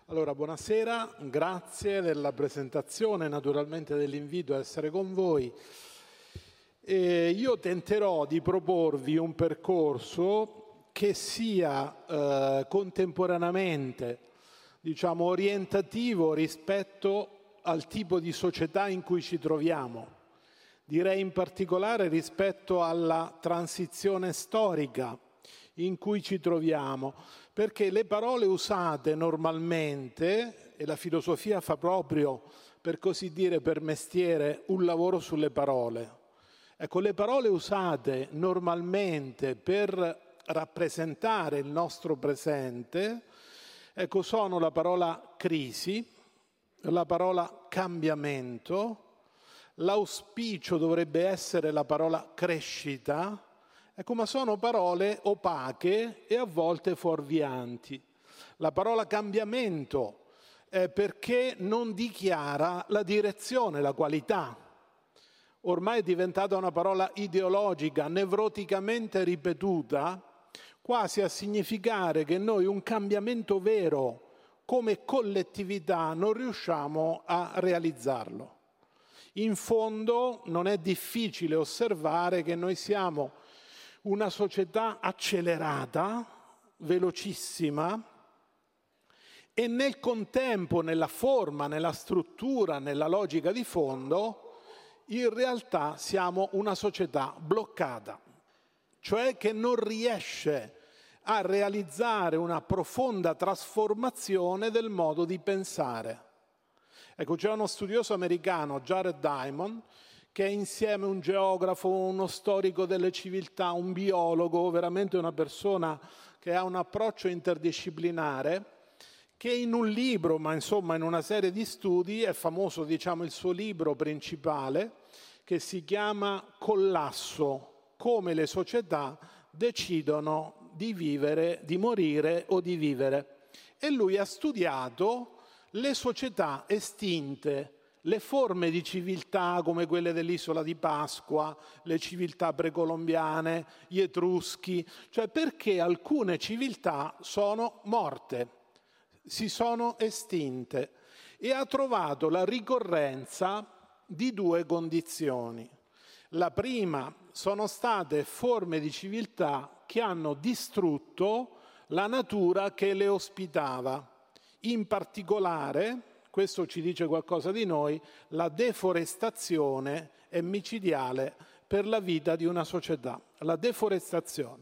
Allora, buonasera, grazie della presentazione, naturalmente dell'invito a essere con voi. Io tenterò di proporvi un percorso che sia contemporaneamente, orientativo rispetto al tipo di società in cui ci troviamo. Direi in particolare rispetto alla transizione storica in cui ci troviamo, perché le parole usate normalmente, e la filosofia fa proprio, per così dire, per mestiere, un lavoro sulle parole. Ecco, le parole usate normalmente per rappresentare il nostro presente, ecco, sono la parola crisi, la parola cambiamento, l'auspicio dovrebbe essere la parola crescita. Ecco, ma sono parole opache e a volte fuorvianti. La parola cambiamento è perché non dichiara la direzione, la qualità. Ormai è diventata una parola ideologica, nevroticamente ripetuta, quasi a significare che noi un cambiamento vero come collettività non riusciamo a realizzarlo. In fondo non è difficile osservare che noi siamo una società accelerata, velocissima, e nel contempo, nella forma, nella struttura, nella logica di fondo, in realtà siamo una società bloccata, cioè che non riesce a realizzare una profonda trasformazione del modo di pensare. Ecco, c'è uno studioso americano, Jared Diamond, che è insieme un geografo, uno storico delle civiltà, un biologo, veramente una persona che ha un approccio interdisciplinare, che in un libro, ma insomma in una serie di studi, è famoso il suo libro principale, che si chiama Collasso, come le società decidono di vivere, di morire o di vivere. E lui ha studiato le società estinte, le forme di civiltà come quelle dell'isola di Pasqua, le civiltà precolombiane, gli Etruschi, cioè perché alcune civiltà sono morte, si sono estinte, e ha trovato la ricorrenza di due condizioni. La prima sono state forme di civiltà che hanno distrutto la natura che le ospitava, in particolare, questo ci dice qualcosa di noi, la deforestazione è micidiale per la vita di una società, la deforestazione.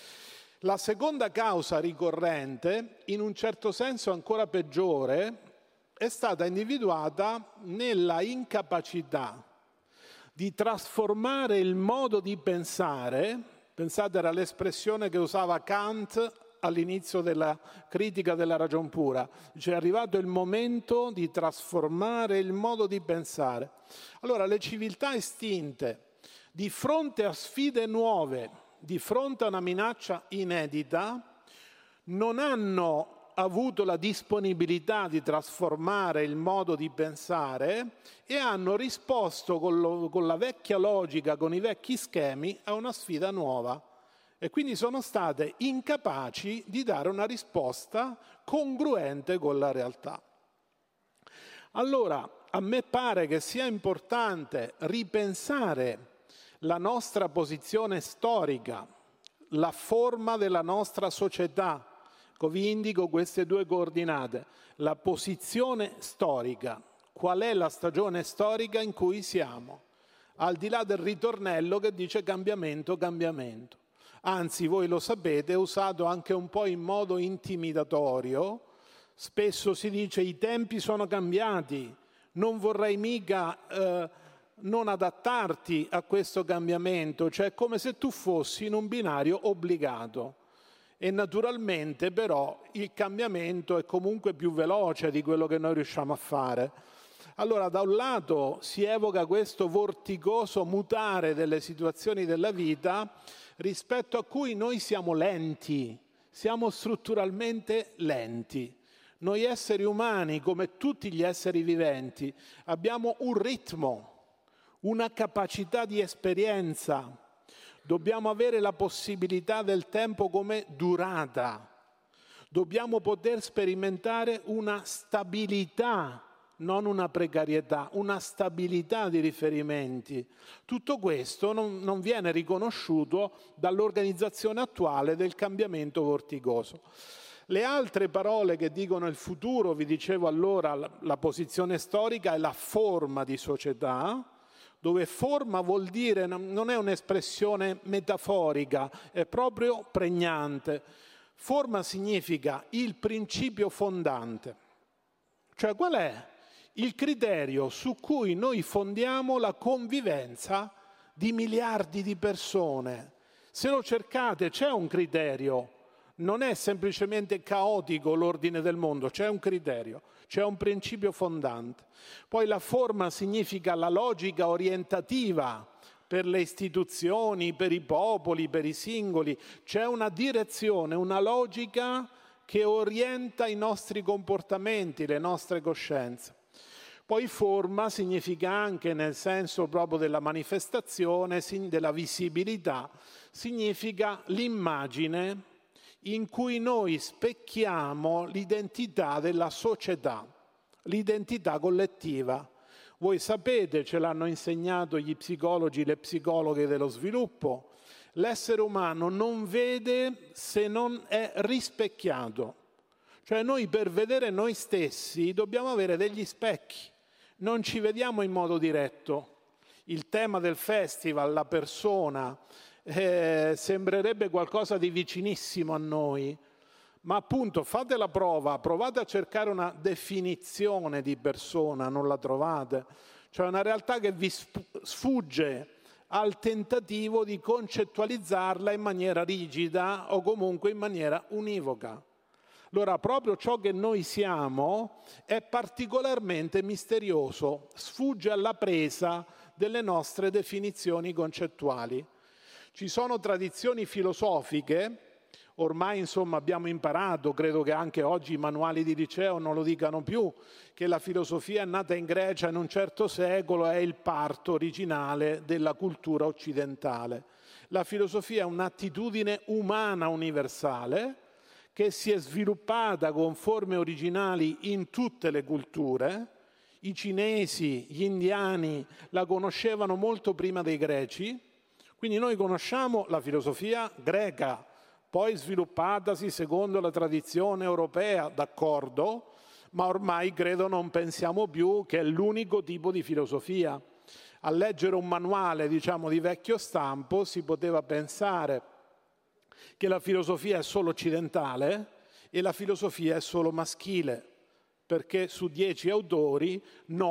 La seconda causa ricorrente, in un certo senso ancora peggiore, è stata individuata nella incapacità di trasformare il modo di pensare. Pensate, era l'espressione che usava Kant all'inizio della critica della ragion pura. Cioè è arrivato il momento di trasformare il modo di pensare. Allora, le civiltà estinte, di fronte a sfide nuove, di fronte a una minaccia inedita, non hanno avuto la disponibilità di trasformare il modo di pensare e hanno risposto con la vecchia logica, con i vecchi schemi, a una sfida nuova. E quindi sono state incapaci di dare una risposta congruente con la realtà. Allora, a me pare che sia importante ripensare la nostra posizione storica, la forma della nostra società. Vi indico queste due coordinate. La posizione storica. Qual è la stagione storica in cui siamo? Al di là del ritornello che dice cambiamento, cambiamento. Anzi, voi lo sapete, è usato anche un po' in modo intimidatorio. Spesso si dice i tempi sono cambiati, non vorrei mica non adattarti a questo cambiamento, cioè come se tu fossi in un binario obbligato. E naturalmente però il cambiamento è comunque più veloce di quello che noi riusciamo a fare. Allora, da un lato si evoca questo vorticoso mutare delle situazioni della vita rispetto a cui noi siamo lenti, siamo strutturalmente lenti. Noi esseri umani, come tutti gli esseri viventi, abbiamo un ritmo, una capacità di esperienza. Dobbiamo avere la possibilità del tempo come durata. Dobbiamo poter sperimentare una stabilità, non una precarietà, una stabilità di riferimenti. Tutto questo non viene riconosciuto dall'organizzazione attuale del cambiamento vorticoso. Le altre parole che dicono il futuro, vi dicevo allora, la posizione storica è la forma di società, dove forma vuol dire, non è un'espressione metaforica, è proprio pregnante. Forma significa il principio fondante. Cioè qual è il criterio su cui noi fondiamo la convivenza di miliardi di persone? Se lo cercate c'è un criterio, non è semplicemente caotico l'ordine del mondo, c'è un criterio, c'è un principio fondante. Poi la forma significa la logica orientativa per le istituzioni, per i popoli, per i singoli. C'è una direzione, una logica che orienta i nostri comportamenti, le nostre coscienze. Poi forma significa anche, nel senso proprio della manifestazione, della visibilità, significa l'immagine in cui noi specchiamo l'identità della società, l'identità collettiva. Voi sapete, ce l'hanno insegnato gli psicologi, le psicologhe dello sviluppo, l'essere umano non vede se non è rispecchiato. Cioè noi per vedere noi stessi dobbiamo avere degli specchi, non ci vediamo in modo diretto. Il tema del festival, la persona, sembrerebbe qualcosa di vicinissimo a noi, ma appunto fate la prova, provate a cercare una definizione di persona, non la trovate. Cioè una realtà che vi sfugge al tentativo di concettualizzarla in maniera rigida o comunque in maniera univoca. Allora proprio ciò che noi siamo è particolarmente misterioso, sfugge alla presa delle nostre definizioni concettuali. Ci sono tradizioni filosofiche, ormai insomma abbiamo imparato, credo che anche oggi i manuali di liceo non lo dicano più, che la filosofia è nata in Grecia in un certo secolo, è il parto originale della cultura occidentale. La filosofia è un'attitudine umana universale che si è sviluppata con forme originali in tutte le culture. I cinesi, gli indiani la conoscevano molto prima dei greci, quindi noi conosciamo la filosofia greca, poi sviluppatasi secondo la tradizione europea, d'accordo, ma ormai credo non pensiamo più che è l'unico tipo di filosofia. A leggere un manuale, diciamo, di vecchio stampo si poteva pensare che la filosofia è solo occidentale e la filosofia è solo maschile, perché su 10 autori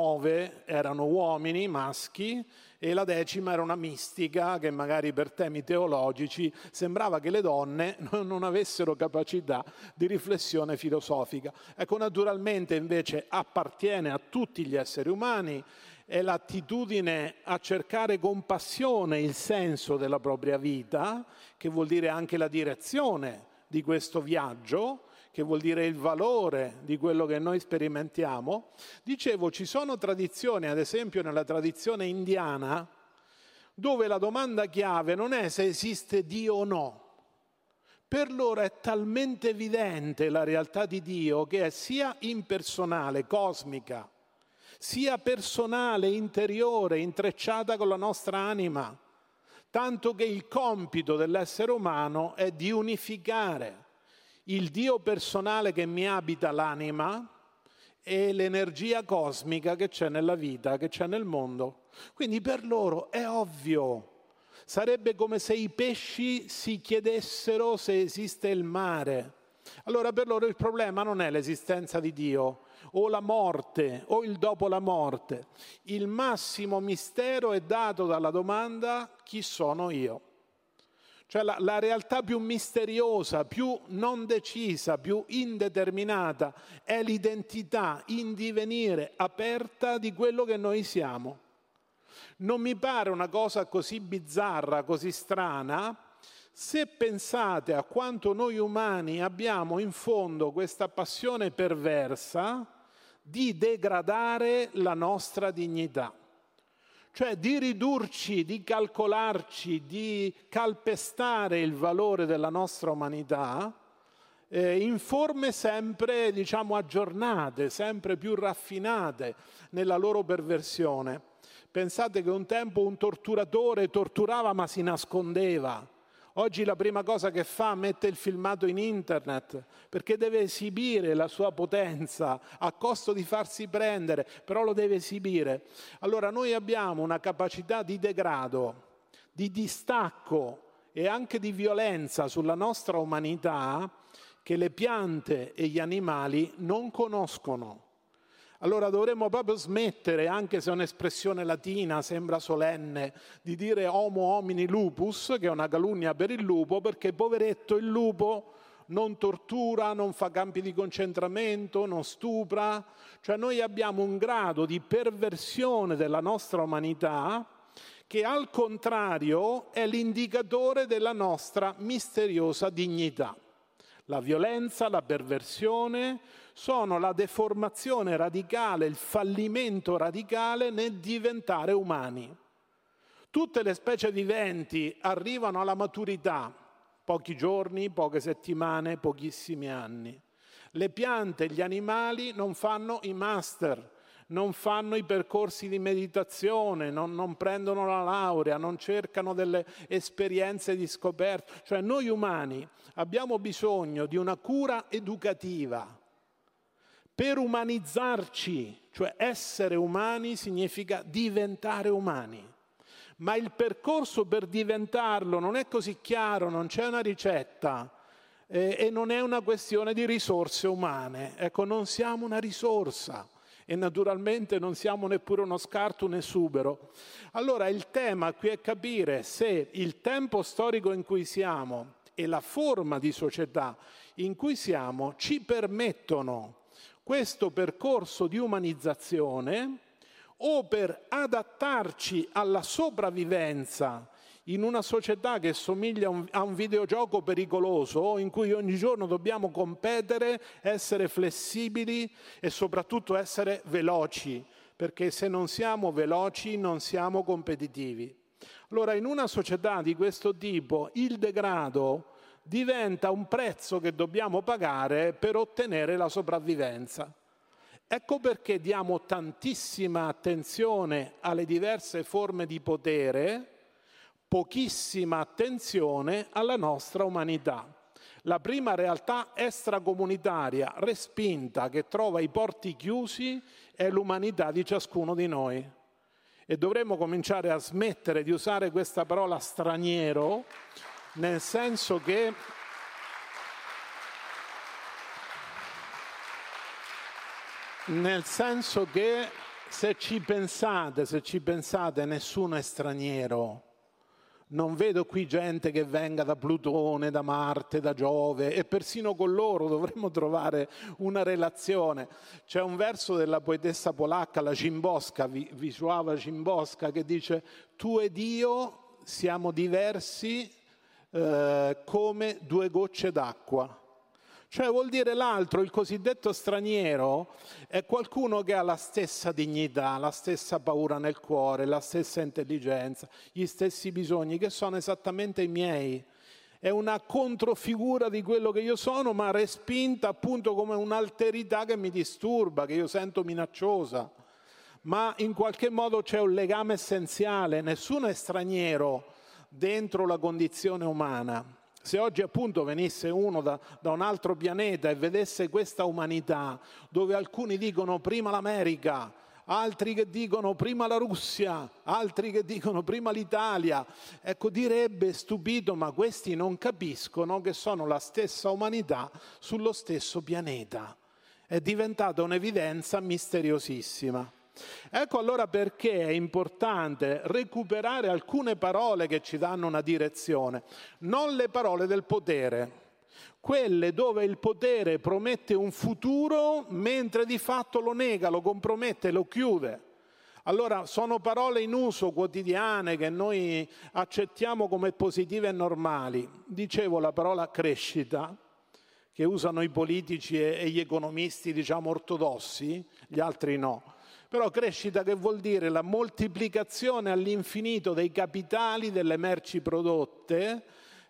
9 erano uomini, maschi, e la 10ª era una mistica che magari per temi teologici sembrava che le donne non avessero capacità di riflessione filosofica. Ecco, naturalmente invece appartiene a tutti gli esseri umani, è l'attitudine a cercare con passione il senso della propria vita, che vuol dire anche la direzione di questo viaggio, che vuol dire il valore di quello che noi sperimentiamo. Dicevo, ci sono tradizioni, ad esempio nella tradizione indiana, dove la domanda chiave non è se esiste Dio o no. Per loro è talmente evidente la realtà di Dio che è sia impersonale, cosmica, sia personale, interiore, intrecciata con la nostra anima, tanto che il compito dell'essere umano è di unificare il Dio personale che mi abita l'anima e l'energia cosmica che c'è nella vita, che c'è nel mondo. Quindi per loro è ovvio, sarebbe come se i pesci si chiedessero se esiste il mare. Allora per loro il problema non è l'esistenza di Dio o la morte o il dopo la morte. Il massimo mistero è dato dalla domanda: chi sono io? Cioè la realtà più misteriosa, più non decisa, più indeterminata è l'identità in divenire aperta di quello che noi siamo. Non mi pare una cosa così bizzarra, così strana, se pensate a quanto noi umani abbiamo in fondo questa passione perversa di degradare la nostra dignità. Cioè di ridurci, di calcolarci, di calpestare il valore della nostra umanità, in forme sempre, aggiornate, sempre più raffinate nella loro perversione. Pensate che un tempo un torturatore torturava ma si nascondeva. Oggi la prima cosa che fa, mette il filmato in internet, perché deve esibire la sua potenza a costo di farsi prendere, però lo deve esibire. Allora noi abbiamo una capacità di degrado, di distacco e anche di violenza sulla nostra umanità che le piante e gli animali non conoscono. Allora dovremmo proprio smettere, anche se è un'espressione latina, sembra solenne, di dire homo homini lupus, che è una calunnia per il lupo, perché poveretto il lupo non tortura, non fa campi di concentramento, non stupra. Cioè noi abbiamo un grado di perversione della nostra umanità che al contrario è l'indicatore della nostra misteriosa dignità. La violenza, la perversione sono la deformazione radicale, il fallimento radicale nel diventare umani. Tutte le specie viventi arrivano alla maturità, pochi giorni, poche settimane, pochissimi anni. Le piante e gli animali non fanno i master, non fanno i percorsi di meditazione, non prendono la laurea, non cercano delle esperienze di scoperta. Cioè noi umani abbiamo bisogno di una cura educativa. Per umanizzarci, cioè essere umani, significa diventare umani. Ma il percorso per diventarlo non è così chiaro, non c'è una ricetta e non è una questione di risorse umane. Ecco, non siamo una risorsa. E naturalmente non siamo neppure uno scarto, un esubero. Allora il tema qui è capire se il tempo storico in cui siamo e la forma di società in cui siamo ci permettono questo percorso di umanizzazione o per adattarci alla sopravvivenza in una società che somiglia a un videogioco pericoloso in cui ogni giorno dobbiamo competere, essere flessibili e soprattutto essere veloci, perché se non siamo veloci non siamo competitivi. Allora, in una società di questo tipo il degrado diventa un prezzo che dobbiamo pagare per ottenere la sopravvivenza. Ecco perché diamo tantissima attenzione alle diverse forme di potere, pochissima attenzione alla nostra umanità. La prima realtà extracomunitaria respinta che trova i porti chiusi è l'umanità di ciascuno di noi. E dovremmo cominciare a smettere di usare questa parola straniero, nel senso che se ci pensate nessuno è straniero. Non vedo qui gente che venga da Plutone, da Marte, da Giove, e persino con loro dovremmo trovare una relazione. C'è un verso della poetessa polacca, la Szymborska, Wisława Szymborska, che dice: tu ed io siamo diversi come due gocce d'acqua. Cioè vuol dire l'altro, il cosiddetto straniero, è qualcuno che ha la stessa dignità, la stessa paura nel cuore, la stessa intelligenza, gli stessi bisogni, che sono esattamente i miei. È una controfigura di quello che io sono, ma respinta appunto come un'alterità che mi disturba, che io sento minacciosa. Ma in qualche modo c'è un legame essenziale, nessuno è straniero dentro la condizione umana. Se oggi appunto venisse uno da un altro pianeta e vedesse questa umanità, dove alcuni dicono prima l'America, altri che dicono prima la Russia, altri che dicono prima l'Italia, ecco, direbbe stupito: ma questi non capiscono che sono la stessa umanità sullo stesso pianeta. È diventata un'evidenza misteriosissima. Ecco allora perché è importante recuperare alcune parole che ci danno una direzione, non le parole del potere, quelle dove il potere promette un futuro mentre di fatto lo nega, lo compromette, lo chiude. Allora sono parole in uso quotidiane che noi accettiamo come positive e normali. Dicevo la parola crescita, che usano i politici e gli economisti, diciamo, ortodossi, gli altri no. Però crescita che vuol dire la moltiplicazione all'infinito dei capitali, delle merci prodotte,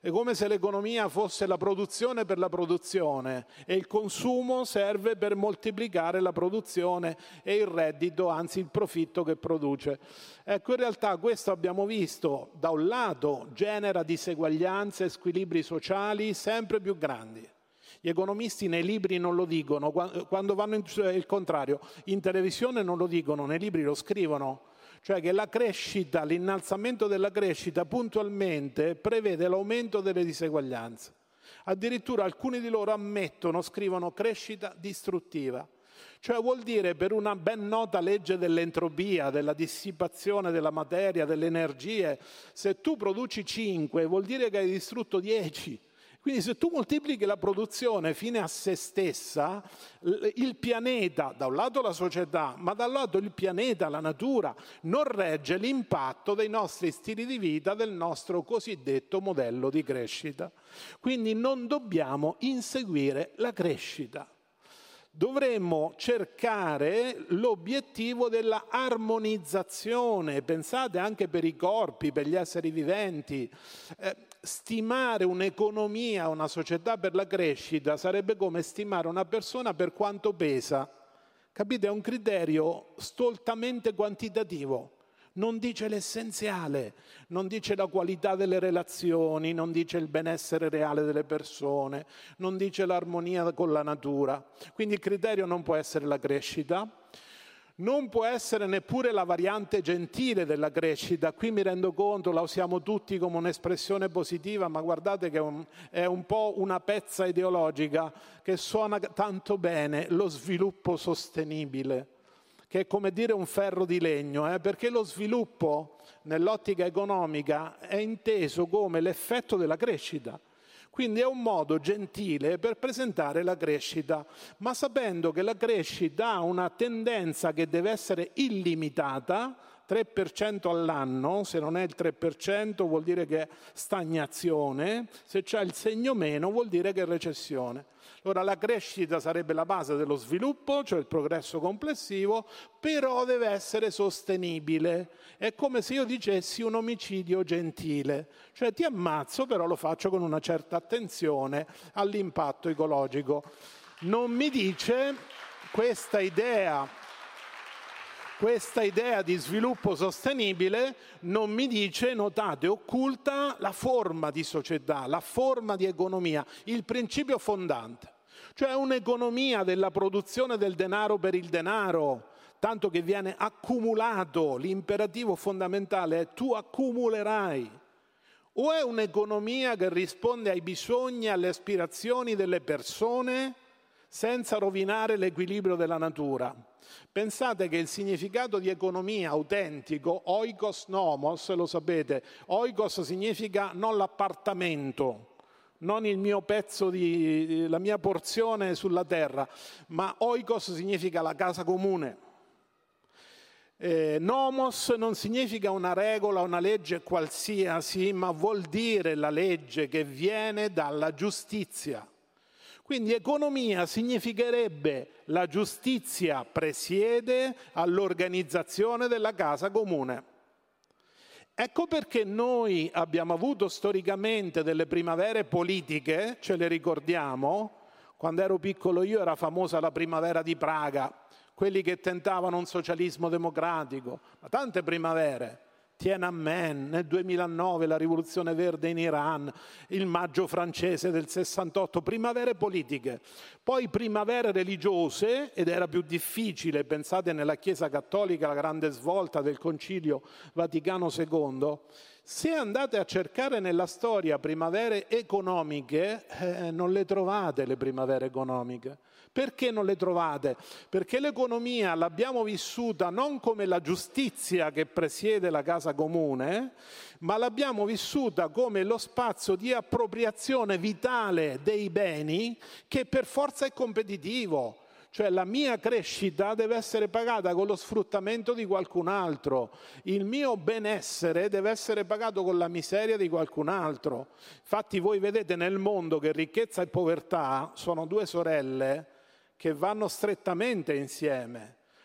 È come se l'economia fosse la produzione per la produzione e il consumo serve per moltiplicare la produzione e il reddito, anzi il profitto che produce. Ecco, in realtà questo abbiamo visto, da un lato genera diseguaglianze e squilibri sociali sempre più grandi. Gli economisti nei libri non lo dicono, quando vanno il contrario, in televisione non lo dicono, nei libri lo scrivono. Cioè che la crescita, l'innalzamento della crescita puntualmente prevede l'aumento delle diseguaglianze. Addirittura alcuni di loro ammettono, scrivono crescita distruttiva. Cioè vuol dire, per una ben nota legge dell'entropia, della dissipazione della materia, delle energie, se tu produci 5 vuol dire che hai distrutto 10. Quindi se tu moltiplichi la produzione fine a se stessa, il pianeta, da un lato la società, ma dall'altro il pianeta, la natura, non regge l'impatto dei nostri stili di vita, del nostro cosiddetto modello di crescita. Quindi non dobbiamo inseguire la crescita. Dovremmo cercare l'obiettivo della armonizzazione, pensate anche per i corpi, per gli esseri viventi. Stimare un'economia, una società per la crescita sarebbe come stimare una persona per quanto pesa. Capite? È un criterio stoltamente quantitativo. Non dice l'essenziale, non dice la qualità delle relazioni, non dice il benessere reale delle persone, non dice l'armonia con la natura. Quindi il criterio non può essere la crescita, non può essere neppure la variante gentile della crescita. Qui mi rendo conto, la usiamo tutti come un'espressione positiva, ma guardate che è un po' una pezza ideologica che suona tanto bene, lo sviluppo sostenibile, che è come dire un ferro di legno, perché lo sviluppo nell'ottica economica è inteso come l'effetto della crescita. Quindi è un modo gentile per presentare la crescita, ma sapendo che la crescita ha una tendenza che deve essere illimitata, 3% all'anno, se non è il 3% vuol dire che è stagnazione, se c'è il segno meno vuol dire che è recessione. Allora la crescita sarebbe la base dello sviluppo, cioè il progresso complessivo, però deve essere sostenibile. È come se io dicessi un omicidio gentile, cioè ti ammazzo però lo faccio con una certa attenzione all'impatto ecologico. Non mi dice questa idea di sviluppo sostenibile, non mi dice, notate, occulta la forma di società, la forma di economia, il principio fondante. Cioè un'economia della produzione del denaro per il denaro, tanto che viene accumulato, l'imperativo fondamentale è tu accumulerai. O è un'economia che risponde ai bisogni e alle aspirazioni delle persone senza rovinare l'equilibrio della natura. Pensate che il significato di economia autentico, oikos nomos, lo sapete, oikos significa non l'appartamento, non il mio pezzo la mia porzione sulla terra, ma oikos significa la casa comune. Nomos non significa una regola, una legge qualsiasi, ma vuol dire la legge che viene dalla giustizia. Quindi economia significherebbe la giustizia presiede all'organizzazione della casa comune. Ecco perché noi abbiamo avuto storicamente delle primavere politiche, ce le ricordiamo. Quando ero piccolo io era famosa la primavera di Praga, quelli che tentavano un socialismo democratico, ma tante primavere. Tiananmen, nel 2009 la rivoluzione verde in Iran, il maggio francese del 68, primavere politiche, poi primavere religiose, ed era più difficile, pensate nella Chiesa Cattolica, la grande svolta del Concilio Vaticano II. Se andate a cercare nella storia primavere economiche, non le trovate le primavere economiche. Perché non le trovate? Perché l'economia l'abbiamo vissuta non come la giustizia che presiede la casa comune, ma l'abbiamo vissuta come lo spazio di appropriazione vitale dei beni che per forza è competitivo. Cioè la mia crescita deve essere pagata con lo sfruttamento di qualcun altro, il mio benessere deve essere pagato con la miseria di qualcun altro. Infatti voi vedete nel mondo che ricchezza e povertà sono due sorelle che vanno strettamente insieme.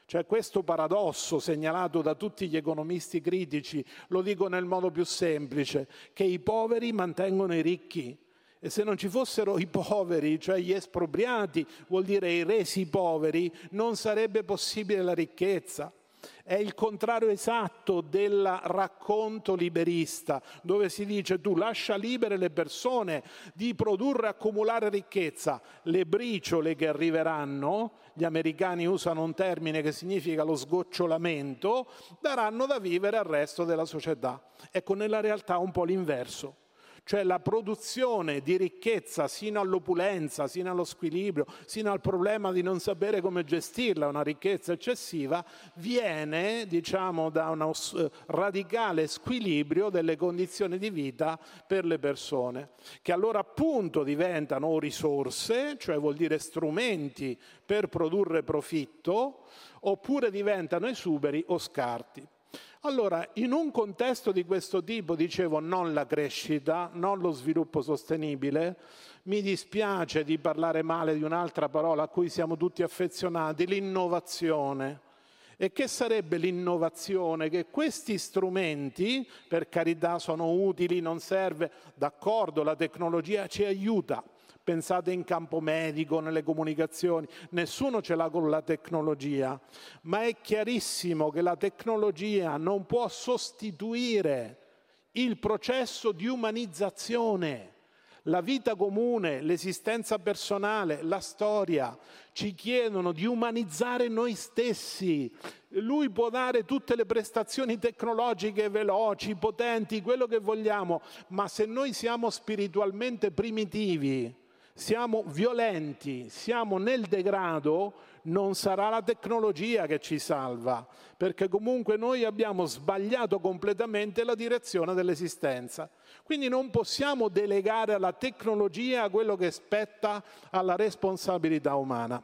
Cioè questo paradosso segnalato da tutti gli economisti critici, lo dico nel modo più semplice, che i poveri mantengono i ricchi. E se non ci fossero i poveri, cioè gli espropriati, vuol dire i resi poveri, non sarebbe possibile la ricchezza. È il contrario esatto del racconto liberista, dove si dice tu lascia libere le persone di produrre e accumulare ricchezza. Le briciole che arriveranno, gli americani usano un termine che significa lo sgocciolamento, daranno da vivere al resto della società. Ecco, nella realtà è un po' l'inverso. Cioè la produzione di ricchezza sino all'opulenza, sino allo squilibrio, sino al problema di non sapere come gestirla, una ricchezza eccessiva, viene, diciamo, da uno radicale squilibrio delle condizioni di vita per le persone, che allora appunto diventano o risorse, cioè vuol dire strumenti per produrre profitto, oppure diventano esuberi o scarti. Allora, in un contesto di questo tipo, dicevo, non la crescita, non lo sviluppo sostenibile, mi dispiace di parlare male di un'altra parola a cui siamo tutti affezionati, l'innovazione. E che sarebbe l'innovazione? Che questi strumenti, per carità, sono utili, non serve, d'accordo, la tecnologia ci aiuta. Pensate in campo medico, nelle comunicazioni, nessuno ce l'ha con la tecnologia, ma è chiarissimo che la tecnologia non può sostituire il processo di umanizzazione. La vita comune, l'esistenza personale, la storia ci chiedono di umanizzare noi stessi. Lui può dare tutte le prestazioni tecnologiche veloci, potenti, quello che vogliamo, ma se noi siamo spiritualmente primitivi, siamo violenti, siamo nel degrado, non sarà la tecnologia che ci salva, perché comunque noi abbiamo sbagliato completamente la direzione dell'esistenza. Quindi non possiamo delegare alla tecnologia quello che spetta alla responsabilità umana.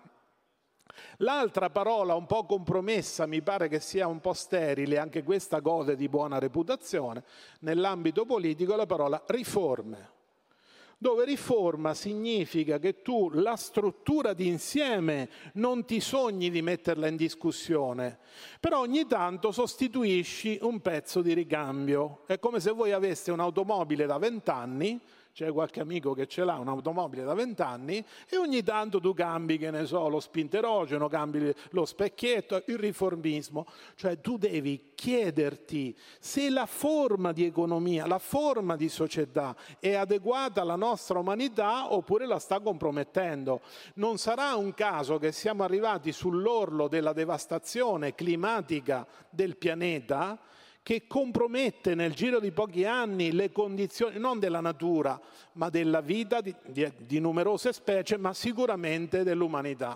L'altra parola un po' compromessa, mi pare che sia un po' sterile, anche questa gode di buona reputazione, nell'ambito politico, è la parola riforme. Dove riforma significa che tu la struttura d'insieme non ti sogni di metterla in discussione, però ogni tanto sostituisci un pezzo di ricambio. È come se voi aveste un'automobile da 20 anni, c'è qualche amico che ce l'ha un'automobile da 20 anni e ogni tanto tu cambi, che ne so, lo spinterogeno, cambi lo specchietto, il riformismo. Cioè tu devi chiederti se la forma di economia, la forma di società è adeguata alla nostra umanità oppure la sta compromettendo. Non sarà un caso che siamo arrivati sull'orlo della devastazione climatica del pianeta, che compromette nel giro di pochi anni le condizioni, non della natura, ma della vita di numerose specie, ma sicuramente dell'umanità.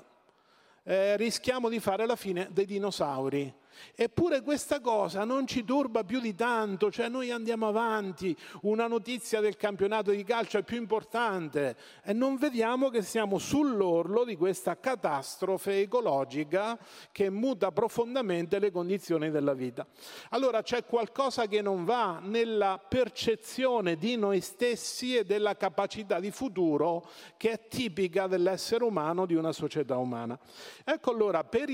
Rischiamo di fare la fine dei dinosauri. Eppure questa cosa non ci turba più di tanto, cioè noi andiamo avanti, una notizia del campionato di calcio è più importante e non vediamo che siamo sull'orlo di questa catastrofe ecologica che muta profondamente le condizioni della vita. Allora c'è qualcosa che non va nella percezione di noi stessi e della capacità di futuro che è tipica dell'essere umano, di una società umana. Ecco allora, per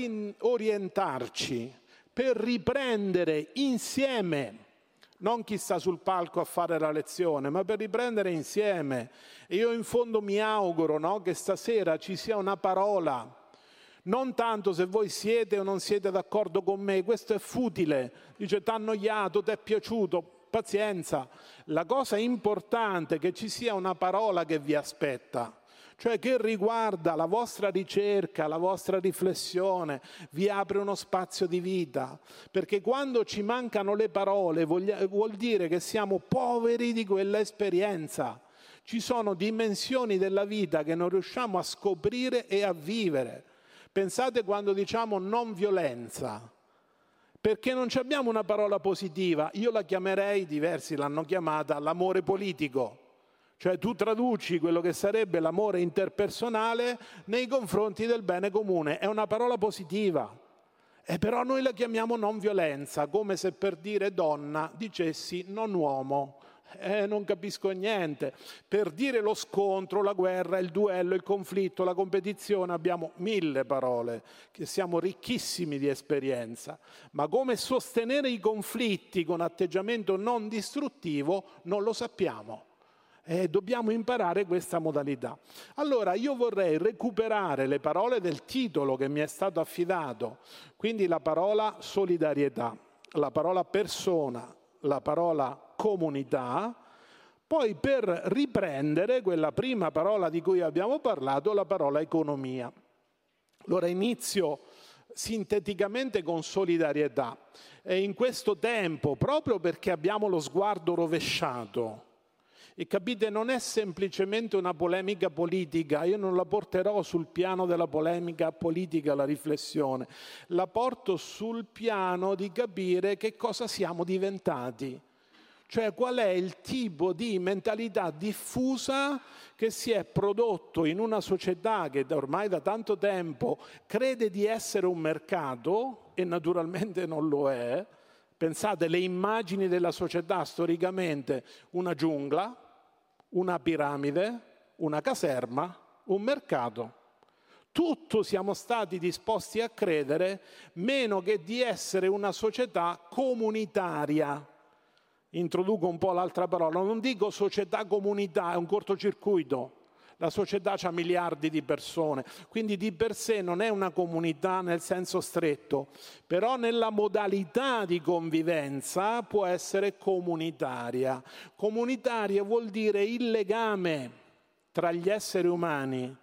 orientarci, per riprendere insieme, non chi sta sul palco a fare la lezione, ma per riprendere insieme. E io in fondo mi auguro, no, che stasera ci sia una parola, non tanto se voi siete o non siete d'accordo con me, questo è futile, dice t'ha annoiato, t'è piaciuto, pazienza. La cosa importante è che ci sia una parola che vi aspetta, cioè che riguarda la vostra ricerca, la vostra riflessione, vi apre uno spazio di vita, perché quando ci mancano le parole vuol dire che siamo poveri di quella esperienza. Ci sono dimensioni della vita che non riusciamo a scoprire e a vivere. Pensate quando diciamo non violenza, perché non abbiamo una parola positiva, io la chiamerei, diversi l'hanno chiamata, l'amore politico. Cioè tu traduci quello che sarebbe l'amore interpersonale nei confronti del bene comune, è una parola positiva, e però noi la chiamiamo non violenza, come se per dire donna dicessi non uomo. Non capisco niente. Per dire lo scontro, la guerra, il duello, il conflitto, la competizione abbiamo 1000 parole, che siamo ricchissimi di esperienza. Ma come sostenere i conflitti con atteggiamento non distruttivo non lo sappiamo. Dobbiamo imparare questa modalità. Allora io vorrei recuperare le parole del titolo che mi è stato affidato, quindi la parola solidarietà, la parola persona, la parola comunità, poi per riprendere quella prima parola di cui abbiamo parlato, la parola economia. Allora inizio sinteticamente con solidarietà. E in questo tempo, proprio perché abbiamo lo sguardo rovesciato, e capite, non è semplicemente una polemica politica, io non la porterò sul piano della polemica politica la riflessione, la porto sul piano di capire che cosa siamo diventati, cioè qual è il tipo di mentalità diffusa che si è prodotto in una società che ormai da tanto tempo crede di essere un mercato e naturalmente non lo è. Pensate, le immagini della società storicamente: una giungla, una piramide, una caserma, un mercato. Tutto siamo stati disposti a credere, meno che di essere una società comunitaria. Introduco un po' l'altra parola, non dico società comunità, è un cortocircuito. La società ha miliardi di persone, quindi di per sé non è una comunità nel senso stretto, però nella modalità di convivenza può essere comunitaria. Comunitaria vuol dire il legame tra gli esseri umani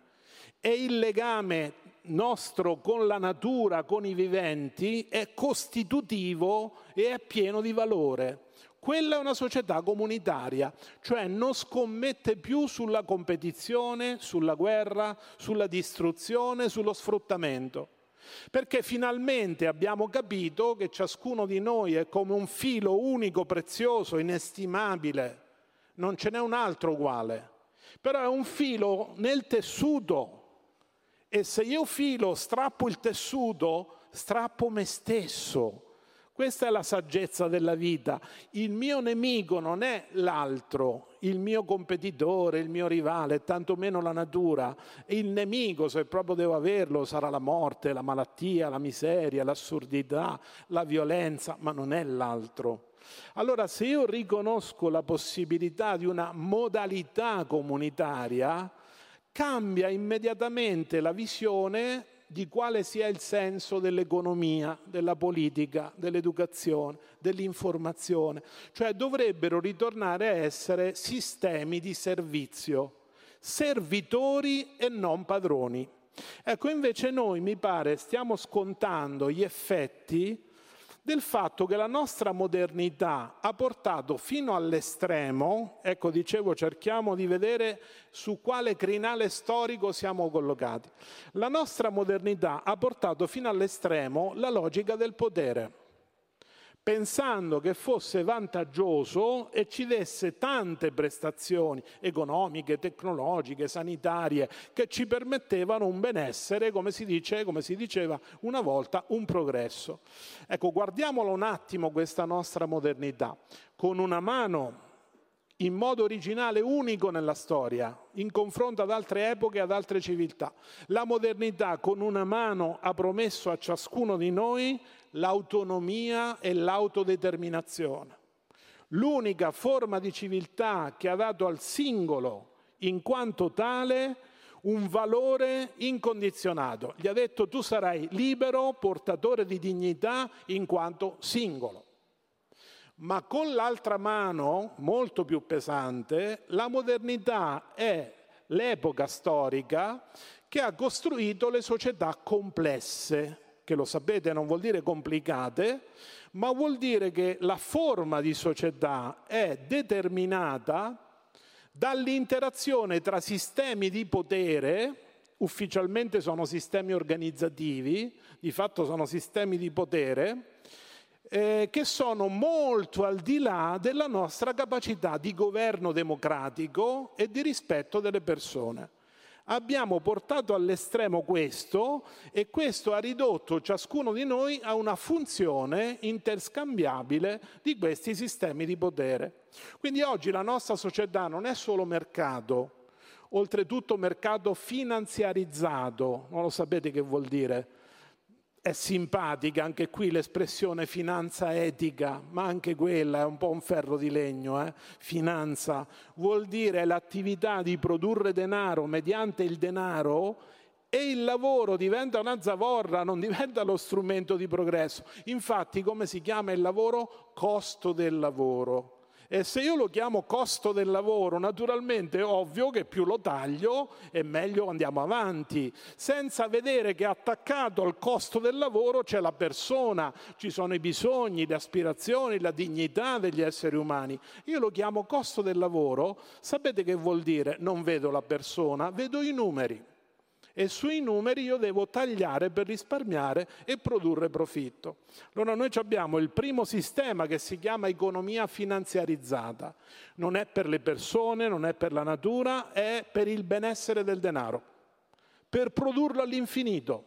e il legame nostro con la natura, con i viventi, è costitutivo e è pieno di valore. Quella è una società comunitaria, cioè non scommette più sulla competizione, sulla guerra, sulla distruzione, sullo sfruttamento. Perché finalmente abbiamo capito che ciascuno di noi è come un filo unico, prezioso, inestimabile. Non ce n'è un altro uguale. Però è un filo nel tessuto. E se io strappo il tessuto, strappo me stesso. Questa è la saggezza della vita. Il mio nemico non è l'altro, il mio competitore, il mio rivale, tantomeno la natura. Il nemico, se proprio devo averlo, sarà la morte, la malattia, la miseria, l'assurdità, la violenza, ma non è l'altro. Allora, se io riconosco la possibilità di una modalità comunitaria, cambia immediatamente la visione di quale sia il senso dell'economia, della politica, dell'educazione, dell'informazione. Cioè dovrebbero ritornare a essere sistemi di servizio, servitori e non padroni. Ecco, invece noi, mi pare, stiamo scontando gli effetti del fatto che la nostra modernità ha portato fino all'estremo, ecco, dicevo, cerchiamo di vedere su quale crinale storico siamo collocati. La nostra modernità ha portato fino all'estremo la logica del potere, pensando che fosse vantaggioso e ci desse tante prestazioni economiche, tecnologiche, sanitarie, che ci permettevano un benessere, come si diceva una volta, un progresso. Ecco, guardiamolo un attimo questa nostra modernità, con una mano in modo originale unico nella storia, in confronto ad altre epoche e ad altre civiltà. La modernità con una mano ha promesso a ciascuno di noi l'autonomia e l'autodeterminazione. L'unica forma di civiltà che ha dato al singolo, in quanto tale, un valore incondizionato. Gli ha detto: tu sarai libero, portatore di dignità in quanto singolo. Ma con l'altra mano, molto più pesante, la modernità è l'epoca storica che ha costruito le società complesse, che lo sapete non vuol dire complicate, ma vuol dire che la forma di società è determinata dall'interazione tra sistemi di potere, ufficialmente sono sistemi organizzativi, di fatto sono sistemi di potere, che sono molto al di là della nostra capacità di governo democratico e di rispetto delle persone. Abbiamo portato all'estremo questo e questo ha ridotto ciascuno di noi a una funzione interscambiabile di questi sistemi di potere. Quindi oggi la nostra società non è solo mercato, oltretutto mercato finanziarizzato, non lo sapete che vuol dire? È simpatica anche qui l'espressione finanza etica, ma anche quella è un po' un ferro di legno. Finanza vuol dire l'attività di produrre denaro mediante il denaro e il lavoro diventa una zavorra, non diventa lo strumento di progresso. Infatti come si chiama il lavoro? Costo del lavoro. E se io lo chiamo costo del lavoro, naturalmente è ovvio che più lo taglio e meglio andiamo avanti, senza vedere che attaccato al costo del lavoro c'è la persona, ci sono i bisogni, le aspirazioni, la dignità degli esseri umani. Io lo chiamo costo del lavoro, sapete che vuol dire? Non vedo la persona, vedo i numeri. E sui numeri io devo tagliare per risparmiare e produrre profitto. Allora noi abbiamo il primo sistema che si chiama economia finanziarizzata. Non è per le persone, non è per la natura, è per il benessere del denaro, per produrlo all'infinito.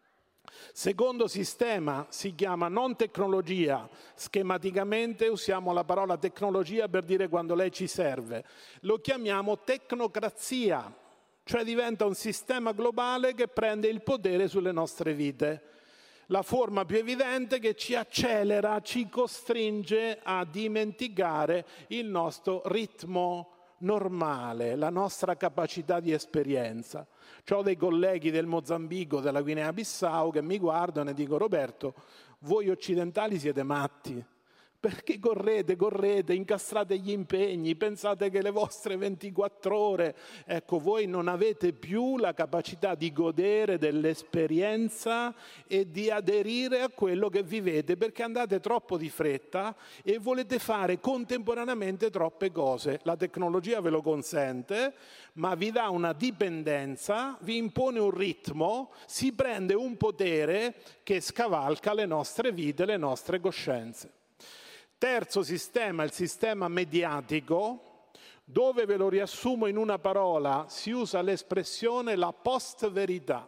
Secondo sistema si chiama non tecnologia, schematicamente usiamo la parola tecnologia per dire quando lei ci serve. Lo chiamiamo tecnocrazia. Cioè diventa un sistema globale che prende il potere sulle nostre vite. La forma più evidente che ci accelera, ci costringe a dimenticare il nostro ritmo normale, la nostra capacità di esperienza. Ho dei colleghi del Mozambico, della Guinea-Bissau che mi guardano e dicono: Roberto, voi occidentali siete matti. Perché correte, incastrate gli impegni, pensate che le vostre 24 ore, ecco, voi non avete più la capacità di godere dell'esperienza e di aderire a quello che vivete, perché andate troppo di fretta e volete fare contemporaneamente troppe cose. La tecnologia ve lo consente, ma vi dà una dipendenza, vi impone un ritmo, si prende un potere che scavalca le nostre vite, le nostre coscienze. Terzo sistema, il sistema mediatico, dove ve lo riassumo in una parola, si usa l'espressione la post-verità.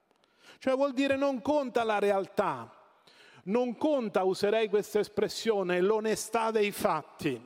Cioè vuol dire non conta la realtà, non conta, userei questa espressione, l'onestà dei fatti.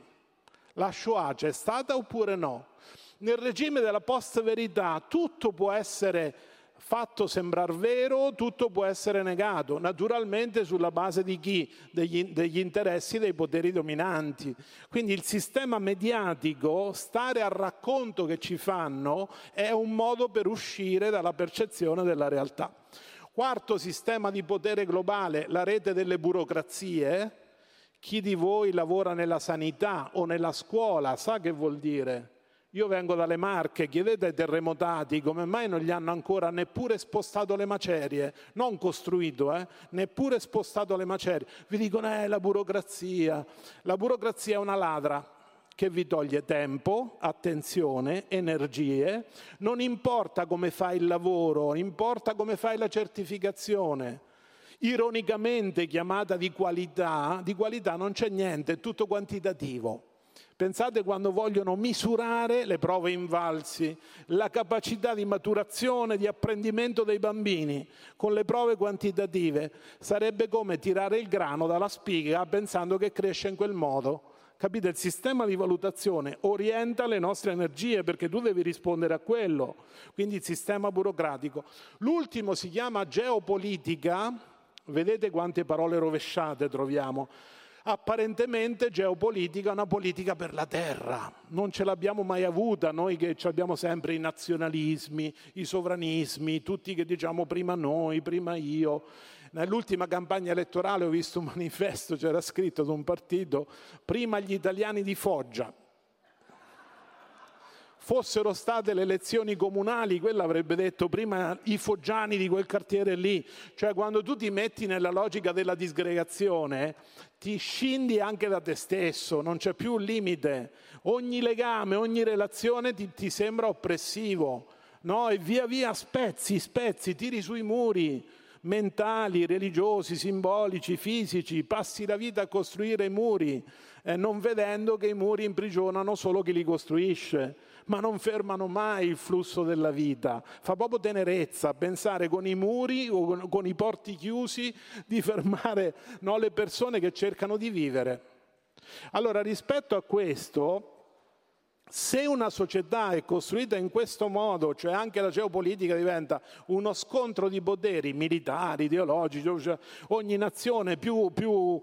La Shoah c'è stata oppure no? Nel regime della post-verità tutto può essere fatto sembrar vero, tutto può essere negato, naturalmente sulla base di chi? Degli interessi dei poteri dominanti. Quindi il sistema mediatico, stare al racconto che ci fanno, è un modo per uscire dalla percezione della realtà. Quarto sistema di potere globale, la rete delle burocrazie. Chi di voi lavora nella sanità o nella scuola sa che vuol dire? Io vengo dalle Marche, chiedete ai terremotati come mai non gli hanno ancora neppure spostato le macerie, non costruito, neppure spostato le macerie. Vi dicono, la burocrazia. La burocrazia è una ladra che vi toglie tempo, attenzione, energie. Non importa come fai il lavoro, importa come fai la certificazione. Ironicamente chiamata di qualità non c'è niente, è tutto quantitativo. Pensate quando vogliono misurare le prove Invalsi, la capacità di maturazione, di apprendimento dei bambini con le prove quantitative, sarebbe come tirare il grano dalla spiga pensando che cresce in quel modo. Capite? Il sistema di valutazione orienta le nostre energie perché tu devi rispondere a quello. Quindi il sistema burocratico. L'ultimo si chiama geopolitica. Vedete quante parole rovesciate troviamo? Apparentemente geopolitica è una politica per la terra, non ce l'abbiamo mai avuta noi che abbiamo sempre i nazionalismi, i sovranismi, tutti che diciamo prima noi, prima io. Nell'ultima campagna elettorale ho visto un manifesto, c'era scritto da un partito, prima gli italiani di Foggia. Fossero state le elezioni comunali, quella avrebbe detto prima i foggiani di quel quartiere lì. Cioè quando tu ti metti nella logica della disgregazione, ti scendi anche da te stesso, non c'è più un limite. Ogni legame, ogni relazione ti sembra oppressivo, no? E via via spezzi, tiri sui muri. mentali, religiosi, simbolici, fisici, passi la vita a costruire muri, non vedendo che i muri imprigionano solo chi li costruisce, ma non fermano mai il flusso della vita. Fa proprio tenerezza pensare con i muri o con i porti chiusi di fermare, no, le persone che cercano di vivere. Allora, rispetto a questo, se una società è costruita in questo modo, cioè anche la geopolitica diventa uno scontro di poteri militari, ideologici, cioè ogni nazione più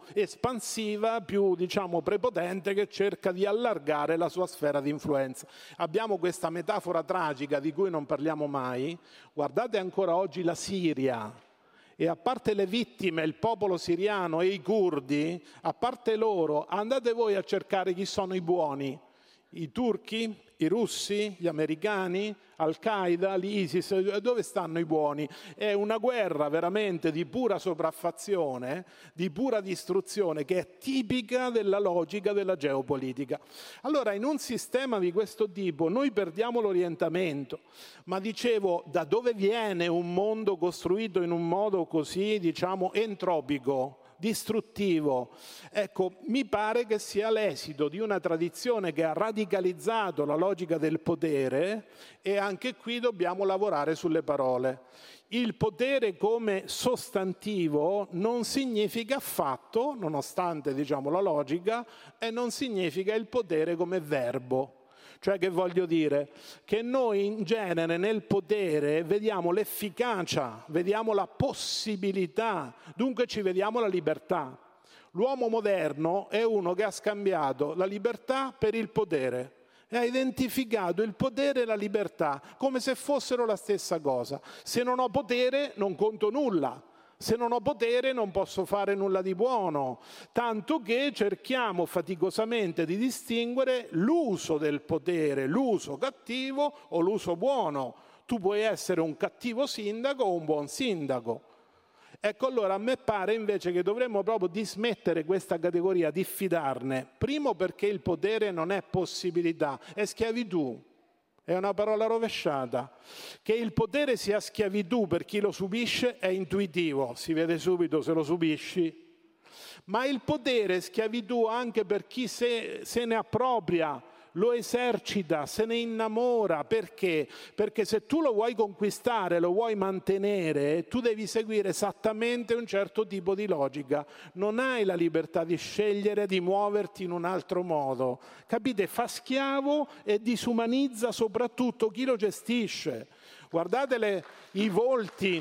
espansiva, più prepotente, che cerca di allargare la sua sfera di influenza. Abbiamo questa metafora tragica di cui non parliamo mai. Guardate ancora oggi la Siria. E a parte le vittime, il popolo siriano e i curdi, a parte loro, andate voi a cercare chi sono i buoni. I turchi, i russi, gli americani, Al-Qaeda, l'ISIS, dove stanno i buoni? È una guerra veramente di pura sopraffazione, di pura distruzione, che è tipica della logica della geopolitica. Allora, in un sistema di questo tipo noi perdiamo l'orientamento, ma dicevo, da dove viene un mondo costruito in un modo così, entropico, distruttivo? Ecco, mi pare che sia l'esito di una tradizione che ha radicalizzato la logica del potere, e anche qui dobbiamo lavorare sulle parole. Il potere come sostantivo non significa affatto, nonostante la logica, e non significa il potere come verbo. Cioè, che voglio dire? Che noi in genere nel potere vediamo l'efficacia, vediamo la possibilità, dunque ci vediamo la libertà. L'uomo moderno è uno che ha scambiato la libertà per il potere e ha identificato il potere e la libertà come se fossero la stessa cosa. Se non ho potere non conto nulla. Se non ho potere non posso fare nulla di buono, tanto che cerchiamo faticosamente di distinguere l'uso del potere, l'uso cattivo o l'uso buono. Tu puoi essere un cattivo sindaco o un buon sindaco. Ecco, allora a me pare invece che dovremmo proprio dismettere questa categoria, diffidarne. Primo, perché il potere non è possibilità, è schiavitù. È una parola rovesciata. Che il potere sia schiavitù per chi lo subisce è intuitivo, si vede subito se lo subisci. Ma il potere è schiavitù anche per chi se ne appropria, lo esercita, se ne innamora. Perché? Perché se tu lo vuoi conquistare, lo vuoi mantenere, tu devi seguire esattamente un certo tipo di logica. Non hai la libertà di scegliere di muoverti in un altro modo. Capite? Fa schiavo e disumanizza soprattutto chi lo gestisce. Guardate i volti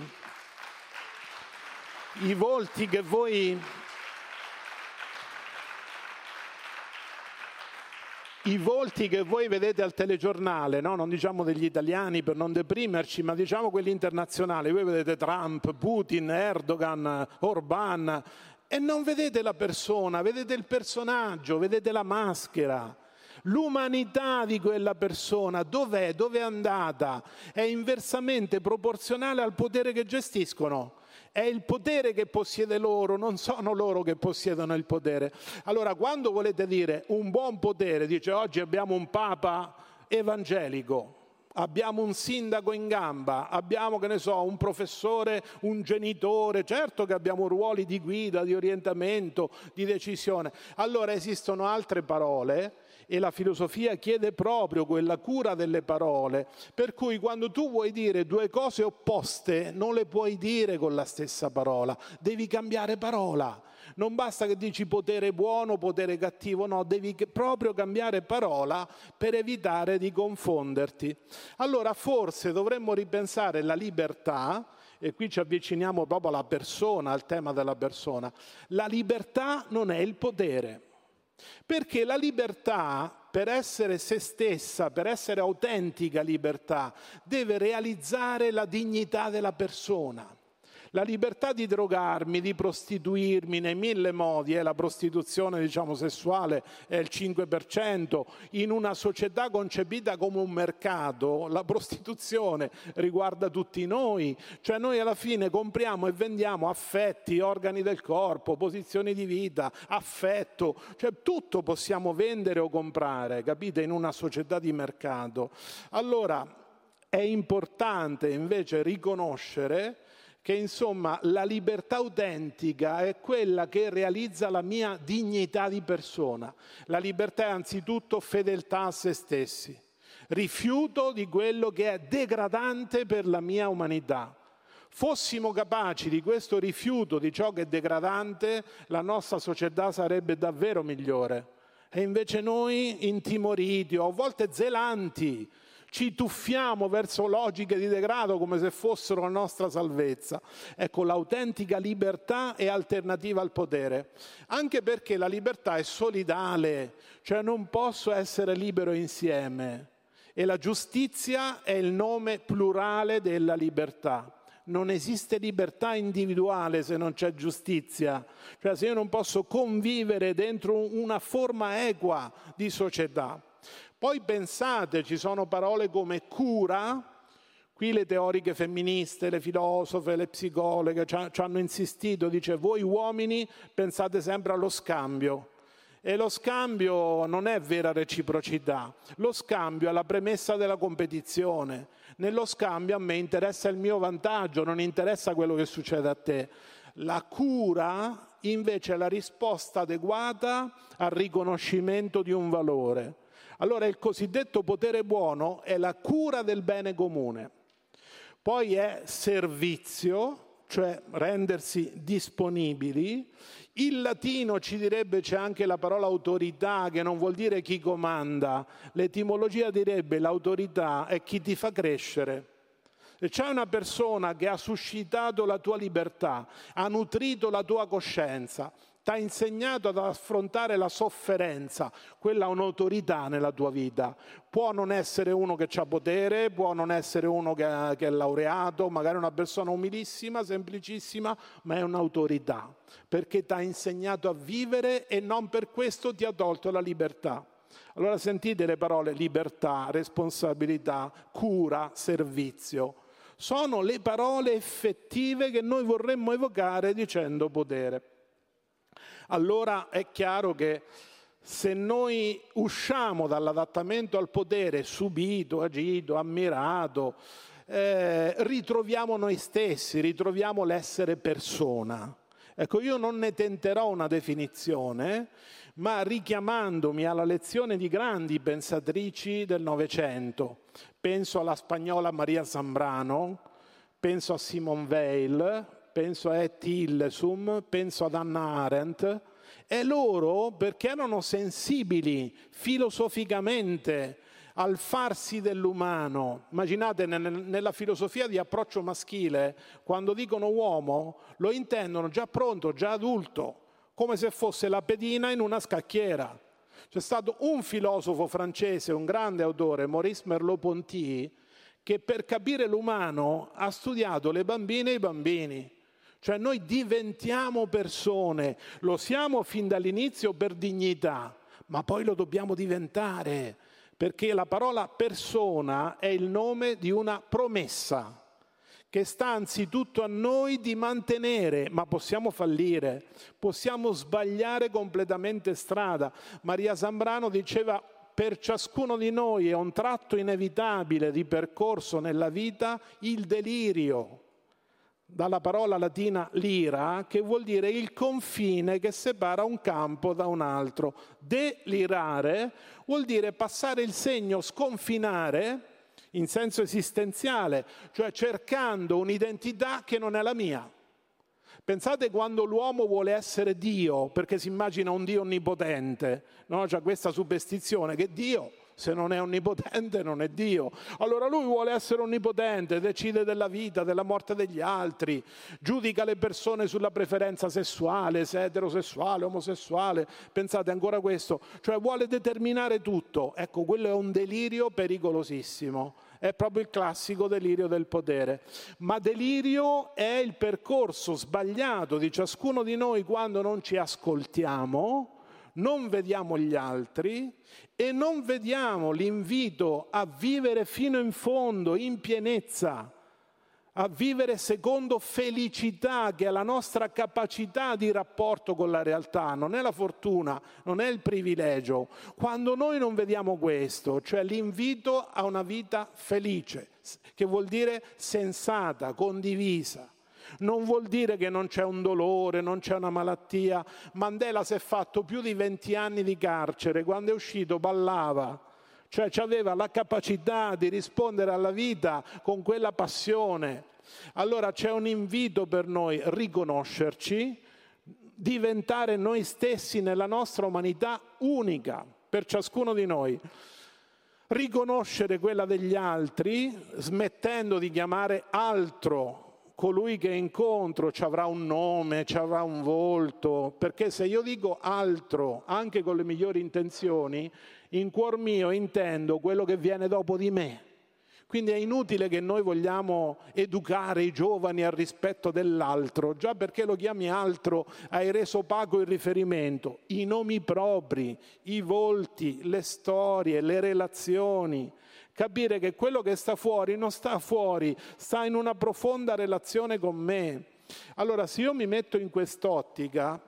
che voi... I volti che voi vedete al telegiornale, no? Non diciamo degli italiani per non deprimerci, ma diciamo quelli internazionali. Voi vedete Trump, Putin, Erdogan, Orbán, e non vedete la persona, vedete il personaggio, vedete la maschera. L'umanità di quella persona dov'è? Dove è andata? È inversamente proporzionale al potere che gestiscono. È il potere che possiede loro, non sono loro che possiedono il potere. Allora, quando volete dire un buon potere, dice oggi abbiamo un papa evangelico, abbiamo un sindaco in gamba, abbiamo, un professore, un genitore, certo che abbiamo ruoli di guida, di orientamento, di decisione. Allora esistono altre parole, e la filosofia chiede proprio quella cura delle parole, per cui quando tu vuoi dire due cose opposte non le puoi dire con la stessa parola, devi cambiare parola. Non basta che dici potere buono, potere cattivo, no, devi proprio cambiare parola per evitare di confonderti. Allora forse dovremmo ripensare la libertà, e qui ci avviciniamo proprio alla persona, al tema della persona. La libertà non è il potere. Perché la libertà, per essere se stessa, per essere autentica libertà, deve realizzare la dignità della persona. La libertà di drogarmi, di prostituirmi nei 1000 modi, la prostituzione sessuale è il 5%, in una società concepita come un mercato, la prostituzione riguarda tutti noi, cioè noi alla fine compriamo e vendiamo affetti, organi del corpo, posizioni di vita, affetto, cioè tutto possiamo vendere o comprare, capite, in una società di mercato. Allora è importante invece riconoscere che insomma la libertà autentica è quella che realizza la mia dignità di persona. La libertà è anzitutto fedeltà a se stessi, rifiuto di quello che è degradante per la mia umanità. Fossimo capaci di questo rifiuto di ciò che è degradante, la nostra società sarebbe davvero migliore. E invece noi, intimoriti o a volte zelanti, ci tuffiamo verso logiche di degrado come se fossero la nostra salvezza. Ecco, l'autentica libertà è alternativa al potere, anche perché la libertà è solidale, cioè non posso essere libero insieme. E la giustizia è il nome plurale della libertà. Non esiste libertà individuale se non c'è giustizia, cioè se io non posso convivere dentro una forma equa di società. Poi pensate, ci sono parole come cura, qui le teoriche femministe, le filosofe, le psicologhe ci hanno insistito, dice voi uomini pensate sempre allo scambio. E lo scambio non è vera reciprocità, lo scambio è la premessa della competizione. Nello scambio a me interessa il mio vantaggio, non interessa quello che succede a te. La cura invece è la risposta adeguata al riconoscimento di un valore. Allora il cosiddetto potere buono è la cura del bene comune. Poi è servizio, cioè rendersi disponibili. In latino ci direbbe c'è anche la parola autorità, che non vuol dire chi comanda. L'etimologia direbbe l'autorità è chi ti fa crescere. Se c'è una persona che ha suscitato la tua libertà, ha nutrito la tua coscienza, ti ha insegnato ad affrontare la sofferenza, quella è un'autorità nella tua vita. Può non essere uno che ha potere, può non essere uno che è laureato, magari una persona umilissima, semplicissima, ma è un'autorità, perché ti ha insegnato a vivere e non per questo ti ha tolto la libertà. Allora sentite le parole libertà, responsabilità, cura, servizio. Sono le parole effettive che noi vorremmo evocare dicendo potere. Allora è chiaro che se noi usciamo dall'adattamento al potere subito, agito, ammirato, ritroviamo noi stessi, ritroviamo l'essere persona. Ecco, io non ne tenterò una definizione, ma richiamandomi alla lezione di grandi pensatrici del Novecento, penso alla spagnola Maria Zambrano, penso a Simone Weil, penso a Etty Hillesum, penso ad Hannah Arendt, e loro, perché erano sensibili filosoficamente al farsi dell'umano, immaginate nella filosofia di approccio maschile, quando dicono uomo, lo intendono già pronto, già adulto, come se fosse la pedina in una scacchiera. C'è stato un filosofo francese, un grande autore, Maurice Merleau-Ponty, che per capire l'umano ha studiato le bambine e i bambini. Cioè noi diventiamo persone, lo siamo fin dall'inizio per dignità, ma poi lo dobbiamo diventare, perché la parola persona è il nome di una promessa che sta anzitutto a noi di mantenere, ma possiamo fallire, possiamo sbagliare completamente strada. Maria Zambrano diceva: per ciascuno di noi è un tratto inevitabile di percorso nella vita il delirio, dalla parola latina lira, che vuol dire il confine che separa un campo da un altro. Delirare vuol dire passare il segno, sconfinare, in senso esistenziale, cioè cercando un'identità che non è la mia. Pensate quando l'uomo vuole essere Dio, perché si immagina un Dio onnipotente, no? C'è questa superstizione che Dio, se non è onnipotente, non è Dio. Allora lui vuole essere onnipotente, decide della vita, della morte degli altri, giudica le persone sulla preferenza sessuale, se è eterosessuale, omosessuale. Pensate ancora questo, cioè vuole determinare tutto. Ecco, quello è un delirio pericolosissimo. È proprio il classico delirio del potere. Ma delirio è il percorso sbagliato di ciascuno di noi quando non ci ascoltiamo, non vediamo gli altri e non vediamo l'invito a vivere fino in fondo, in pienezza, a vivere secondo felicità, che è la nostra capacità di rapporto con la realtà, non è la fortuna, non è il privilegio. Quando noi non vediamo questo, cioè l'invito a una vita felice, che vuol dire sensata, condivisa, Non vuol dire che non c'è un dolore, non c'è una malattia. Mandela si è fatto più di 20 anni di carcere, quando è uscito ballava, cioè aveva la capacità di rispondere alla vita con quella passione. Allora c'è un invito per noi: riconoscerci, diventare noi stessi nella nostra umanità unica per ciascuno di noi. Riconoscere quella degli altri, smettendo di chiamare altro colui che incontro, ci avrà un nome, ci avrà un volto, perché se io dico altro, anche con le migliori intenzioni, in cuor mio intendo quello che viene dopo di me. Quindi è inutile che noi vogliamo educare i giovani al rispetto dell'altro, già perché lo chiami altro hai reso opaco il riferimento, i nomi propri, i volti, le storie, le relazioni. Capire che quello che sta fuori non sta fuori, sta in una profonda relazione con me. Allora, se io mi metto in quest'ottica,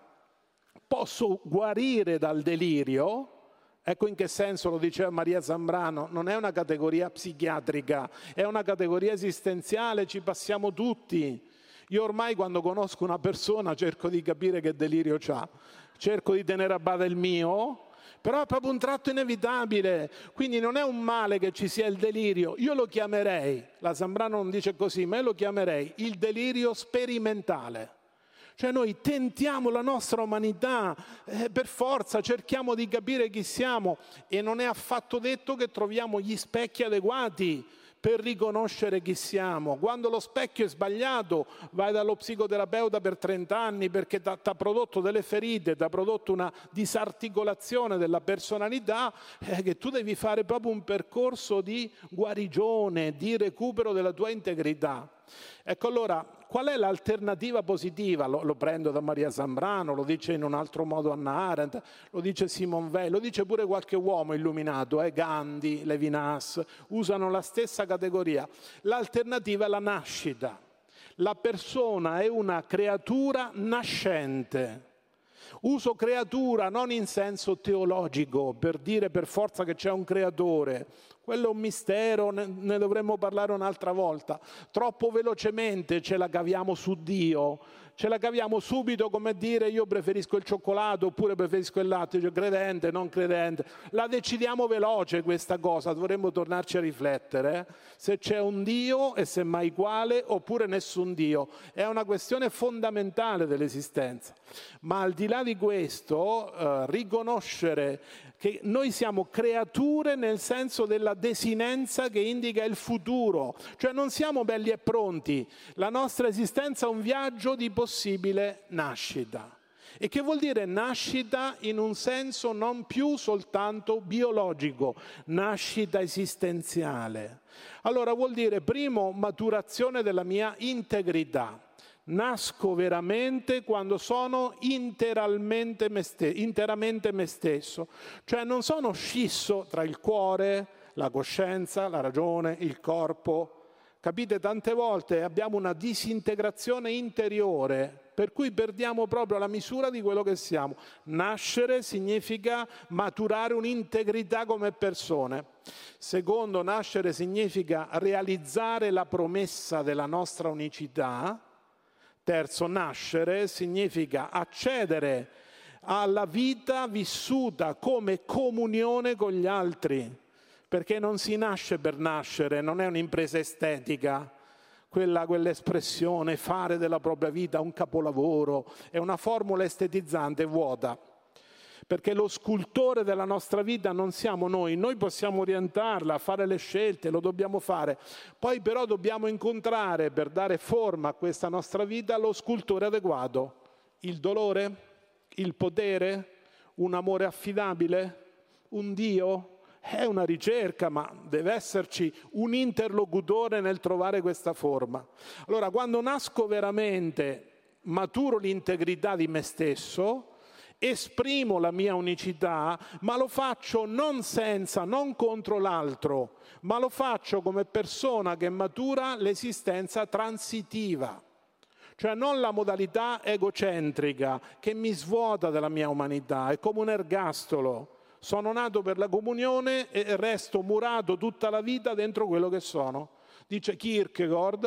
posso guarire dal delirio. Ecco in che senso lo diceva Maria Zambrano: non è una categoria psichiatrica, è una categoria esistenziale, ci passiamo tutti. Io ormai quando conosco una persona cerco di capire che delirio c'ha, cerco di tenere a bada il mio, però è proprio un tratto inevitabile, quindi non è un male che ci sia il delirio. Io lo chiamerei, la Zambrano non dice così, ma io lo chiamerei il delirio sperimentale. Cioè noi tentiamo la nostra umanità, per forza cerchiamo di capire chi siamo, e non è affatto detto che troviamo gli specchi adeguati per riconoscere chi siamo. Quando lo specchio è sbagliato, vai dallo psicoterapeuta per 30 anni perché ti ha prodotto delle ferite, ti ha prodotto una disarticolazione della personalità, che tu devi fare proprio un percorso di guarigione, di recupero della tua integrità. Ecco, allora, qual è l'alternativa positiva? Lo prendo da Maria Zambrano, lo dice in un altro modo Hannah Arendt, lo dice Simone Weil, lo dice pure qualche uomo illuminato, Gandhi, Levinas, usano la stessa categoria. L'alternativa è la nascita. La persona è una creatura nascente. Uso creatura non in senso teologico, per dire per forza che c'è un creatore. Quello è un mistero, ne dovremmo parlare un'altra volta. Troppo velocemente ce la caviamo su Dio, ce la caviamo subito come dire io preferisco il cioccolato oppure preferisco il latte, cioè credente, non credente. La decidiamo veloce questa cosa, dovremmo tornarci a riflettere. Se c'è un Dio e semmai quale, oppure nessun Dio. È una questione fondamentale dell'esistenza. Ma al di là di questo, riconoscere che noi siamo creature nel senso della desinenza che indica il futuro, cioè non siamo belli e pronti, la nostra esistenza è un viaggio di possibile nascita. E che vuol dire nascita in un senso non più soltanto biologico, nascita esistenziale. Allora vuol dire, primo, maturazione della mia integrità. Nasco veramente quando sono interamente me stesso, cioè non sono scisso tra il cuore, la coscienza, la ragione, il corpo. Capite, tante volte abbiamo una disintegrazione interiore, per cui perdiamo proprio la misura di quello che siamo. Nascere significa maturare un'integrità come persone. Secondo, nascere significa realizzare la promessa della nostra unicità. Terzo, nascere significa accedere alla vita vissuta come comunione con gli altri, perché non si nasce per nascere, non è un'impresa estetica, quell'espressione, fare della propria vita un capolavoro, è una formula estetizzante vuota, perché lo scultore della nostra vita non siamo noi possiamo orientarla, fare le scelte, lo dobbiamo fare, poi però dobbiamo incontrare per dare forma a questa nostra vita lo scultore adeguato, il dolore, il potere, un amore affidabile, un Dio. È una ricerca, ma deve esserci un interlocutore nel trovare questa forma. Allora, quando nasco veramente, maturo l'integrità di me stesso, esprimo la mia unicità, ma lo faccio non contro l'altro, ma lo faccio come persona che matura l'esistenza transitiva. Cioè non la modalità egocentrica che mi svuota della mia umanità, è come un ergastolo. Sono nato per la comunione e resto murato tutta la vita dentro quello che sono. Dice Kierkegaard,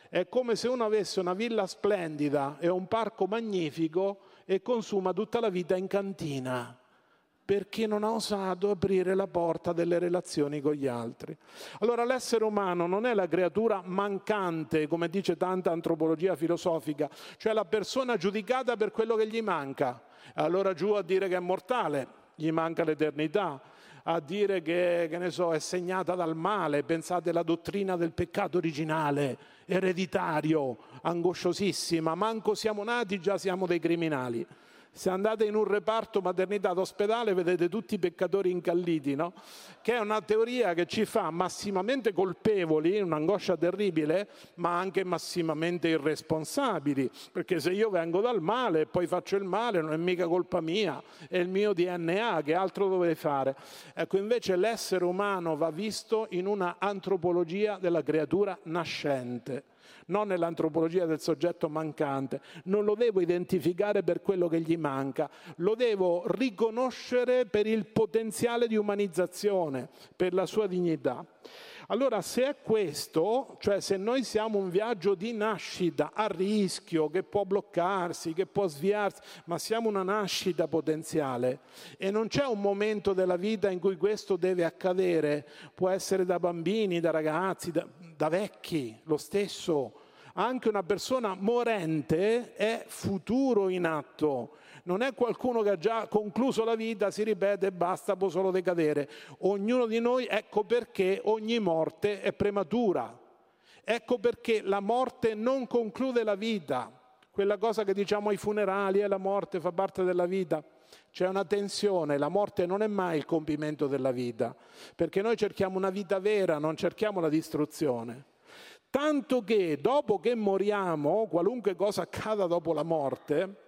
È come se uno avesse una villa splendida e un parco magnifico e consuma tutta la vita in cantina, perché non ha osato aprire la porta delle relazioni con gli altri. Allora l'essere umano non è la creatura mancante, come dice tanta antropologia filosofica, cioè la persona giudicata per quello che gli manca. Allora giù a dire che è mortale, gli manca l'eternità, a dire che ne so, è segnata dal male. Pensate alla dottrina del peccato originale, ereditario, angosciosissima, manco siamo nati, già siamo dei criminali. Se andate in un reparto maternità d'ospedale vedete tutti i peccatori incalliti, no? Che è una teoria che ci fa massimamente colpevoli, un'angoscia terribile, ma anche massimamente irresponsabili, perché se io vengo dal male e poi faccio il male non è mica colpa mia, è il mio DNA, che altro dovrei fare? Ecco, invece l'essere umano va visto in una antropologia della creatura nascente, non nell'antropologia del soggetto mancante. Non lo devo identificare per quello che gli manca, lo devo riconoscere per il potenziale di umanizzazione, per la sua dignità. Allora, se è questo, cioè se noi siamo un viaggio di nascita a rischio, che può bloccarsi, che può sviarsi, ma siamo una nascita potenziale e non c'è un momento della vita in cui questo deve accadere, può essere da bambini, da ragazzi, da vecchi, lo stesso. Anche una persona morente è futuro in atto. Non è qualcuno che ha già concluso la vita, si ripete e basta, può solo decadere. Ognuno di noi, ecco perché ogni morte è prematura. Ecco perché la morte non conclude la vita. Quella cosa che diciamo ai funerali, la morte fa parte della vita. C'è una tensione, la morte non è mai il compimento della vita, perché noi cerchiamo una vita vera, non cerchiamo la distruzione. Tanto che dopo che moriamo, qualunque cosa accada dopo la morte,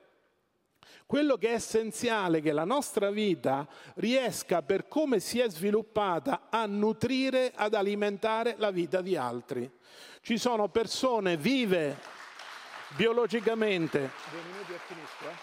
quello che è essenziale è che la nostra vita riesca, per come si è sviluppata, a nutrire, ad alimentare la vita di altri. Ci sono persone vive biologicamente. 2 minuti e finisco,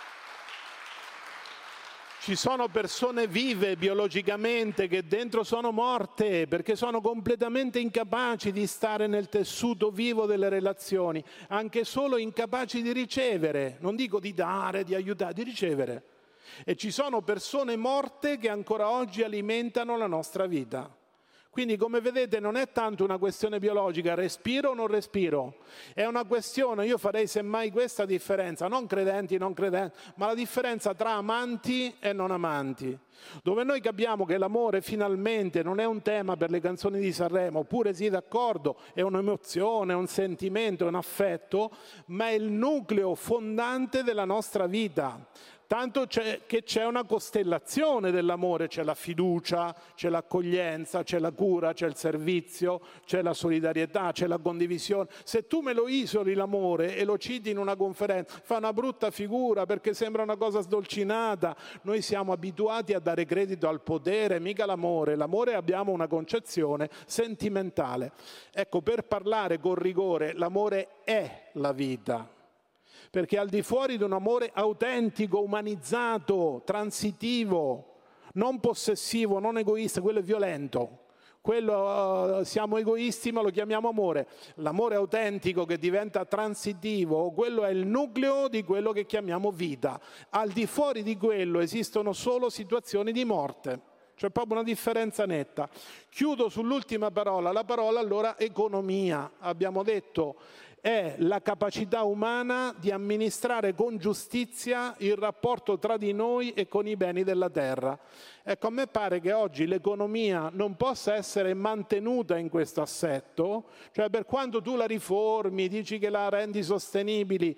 Ci sono persone vive biologicamente che dentro sono morte perché sono completamente incapaci di stare nel tessuto vivo delle relazioni, anche solo incapaci di ricevere, non dico di dare, di aiutare, di ricevere. E ci sono persone morte che ancora oggi alimentano la nostra vita. Quindi, come vedete, non è tanto una questione biologica, respiro o non respiro, è una questione, io farei semmai questa differenza, non credenti, non credenti, ma la differenza tra amanti e non amanti, dove noi capiamo che l'amore finalmente non è un tema per le canzoni di Sanremo, pure sì, d'accordo, è un'emozione, è un sentimento, è un affetto, ma è il nucleo fondante della nostra vita. Tanto che c'è una costellazione dell'amore, c'è la fiducia, c'è l'accoglienza, c'è la cura, c'è il servizio, c'è la solidarietà, c'è la condivisione. Se tu me lo isoli l'amore e lo citi in una conferenza, fa una brutta figura perché sembra una cosa sdolcinata. Noi siamo abituati a dare credito al potere, mica l'amore. L'amore abbiamo una concezione sentimentale. Ecco, per parlare con rigore, l'amore è la vita. Perché al di fuori di un amore autentico, umanizzato, transitivo, non possessivo, non egoista, quello è violento. Quello siamo egoisti ma lo chiamiamo amore. L'amore autentico che diventa transitivo, quello è il nucleo di quello che chiamiamo vita. Al di fuori di quello esistono solo situazioni di morte. C'è proprio una differenza netta. Chiudo sull'ultima parola, la parola allora economia. Abbiamo detto è la capacità umana di amministrare con giustizia il rapporto tra di noi e con i beni della terra. Ecco, a me pare che oggi l'economia non possa essere mantenuta in questo assetto, cioè per quanto tu la riformi, dici che la rendi sostenibile,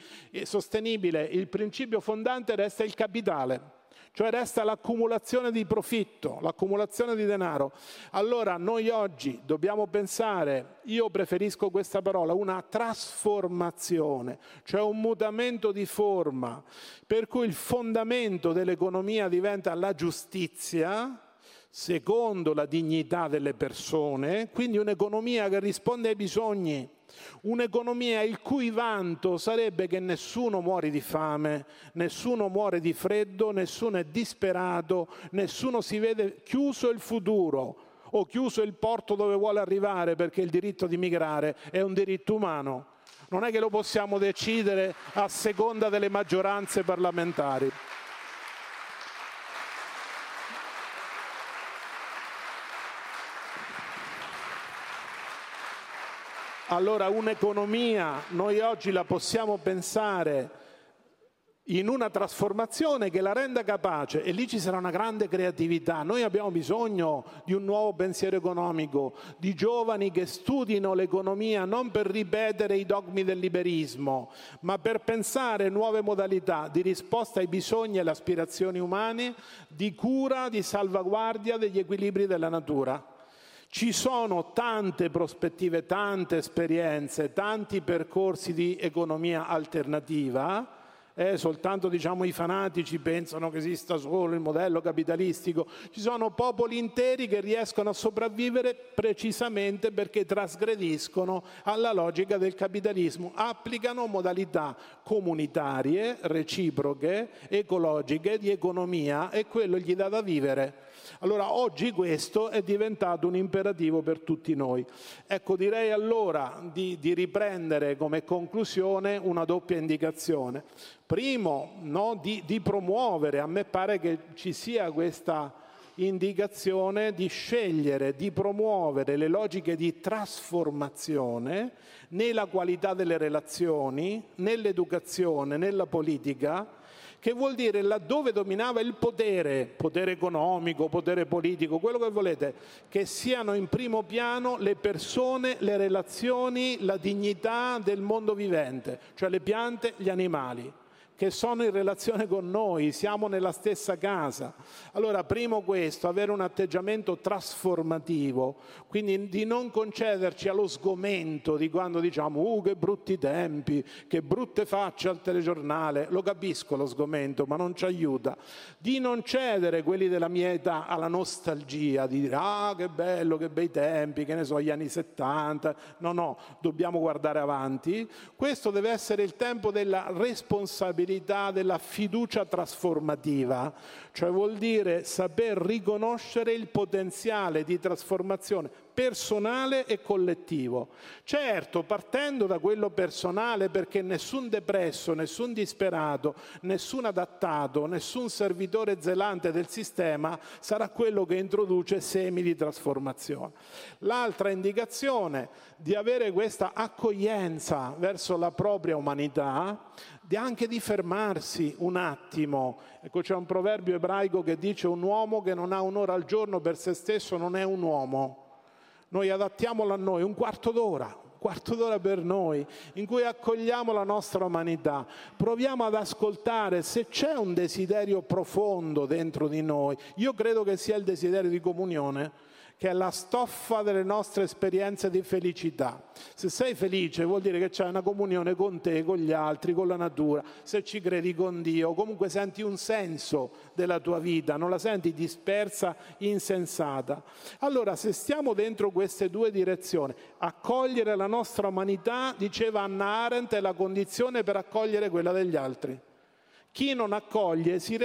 il principio fondante resta il capitale. Cioè resta l'accumulazione di profitto, l'accumulazione di denaro. Allora noi oggi dobbiamo pensare, io preferisco questa parola, una trasformazione, cioè un mutamento di forma, per cui il fondamento dell'economia diventa la giustizia, secondo la dignità delle persone, quindi un'economia che risponde ai bisogni. Un'economia il cui vanto sarebbe che nessuno muore di fame, nessuno muore di freddo, nessuno è disperato, nessuno si vede chiuso il futuro. o chiuso il porto dove vuole arrivare, perché il diritto di migrare è un diritto umano. Non è che lo possiamo decidere a seconda delle maggioranze parlamentari. Allora un'economia noi oggi la possiamo pensare in una trasformazione che la renda capace, e lì ci sarà una grande creatività. Noi abbiamo bisogno di un nuovo pensiero economico, di giovani che studino l'economia non per ripetere i dogmi del liberismo, ma per pensare nuove modalità di risposta ai bisogni e alle aspirazioni umane, di cura, di salvaguardia degli equilibri della natura. Ci sono tante prospettive, tante esperienze, tanti percorsi di economia alternativa. Soltanto i fanatici pensano che esista solo il modello capitalistico. Ci sono popoli interi che riescono a sopravvivere precisamente perché trasgrediscono alla logica del capitalismo, applicano modalità comunitarie, reciproche, ecologiche, di economia, e quello gli dà da vivere. Allora oggi questo è diventato un imperativo per tutti noi. Ecco, direi allora di riprendere come conclusione una doppia indicazione. Primo, di promuovere, a me pare che ci sia questa indicazione di scegliere, di promuovere le logiche di trasformazione nella qualità delle relazioni, nell'educazione, nella politica, che vuol dire laddove dominava il potere economico, potere politico, quello che volete, che siano in primo piano le persone, le relazioni, la dignità del mondo vivente, cioè le piante, gli animali, che sono in relazione con noi, siamo nella stessa casa. Allora, primo questo, avere un atteggiamento trasformativo, quindi di non concederci allo sgomento di quando diciamo che brutti tempi, che brutte facce al telegiornale, lo capisco lo sgomento, ma non ci aiuta. Di non cedere, quelli della mia età, alla nostalgia, di dire che bello, che bei tempi, che ne so, gli anni 70, no, dobbiamo guardare avanti. Questo deve essere il tempo della responsabilità, della fiducia trasformativa, cioè vuol dire saper riconoscere il potenziale di trasformazione personale e collettivo. Certo, partendo da quello personale, perché nessun depresso, nessun disperato, nessun adattato, nessun servitore zelante del sistema sarà quello che introduce semi di trasformazione. L'altra indicazione, di avere questa accoglienza verso la propria umanità, anche di fermarsi un attimo. Ecco, c'è un proverbio ebraico che dice: un uomo che non ha un'ora al giorno per se stesso non è un uomo. Noi adattiamolo a noi, un quarto d'ora per noi, in cui accogliamo la nostra umanità, proviamo ad ascoltare se c'è un desiderio profondo dentro di noi. Io credo che sia il desiderio di comunione, che è la stoffa delle nostre esperienze di felicità. Se sei felice vuol dire che c'è una comunione con te, con gli altri, con la natura, se ci credi con Dio, comunque senti un senso della tua vita, non la senti dispersa, insensata. Allora, se stiamo dentro queste due direzioni, accogliere la nostra umanità, diceva Hannah Arendt, è la condizione per accogliere quella degli altri. Chi non accoglie si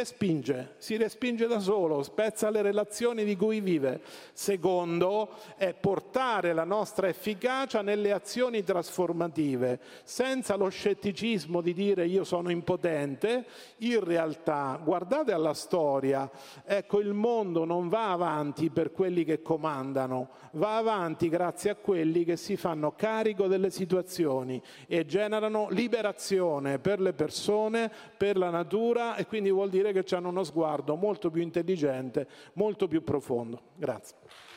respinge da solo, spezza le relazioni di cui vive. Secondo è portare la nostra efficacia nelle azioni trasformative, senza lo scetticismo di dire io sono impotente. In realtà, guardate alla storia, ecco, il mondo non va avanti per quelli che comandano, va avanti grazie a quelli che si fanno carico delle situazioni e generano liberazione per le persone, per la natura, e quindi vuol dire che hanno uno sguardo molto più intelligente, molto più profondo. Grazie.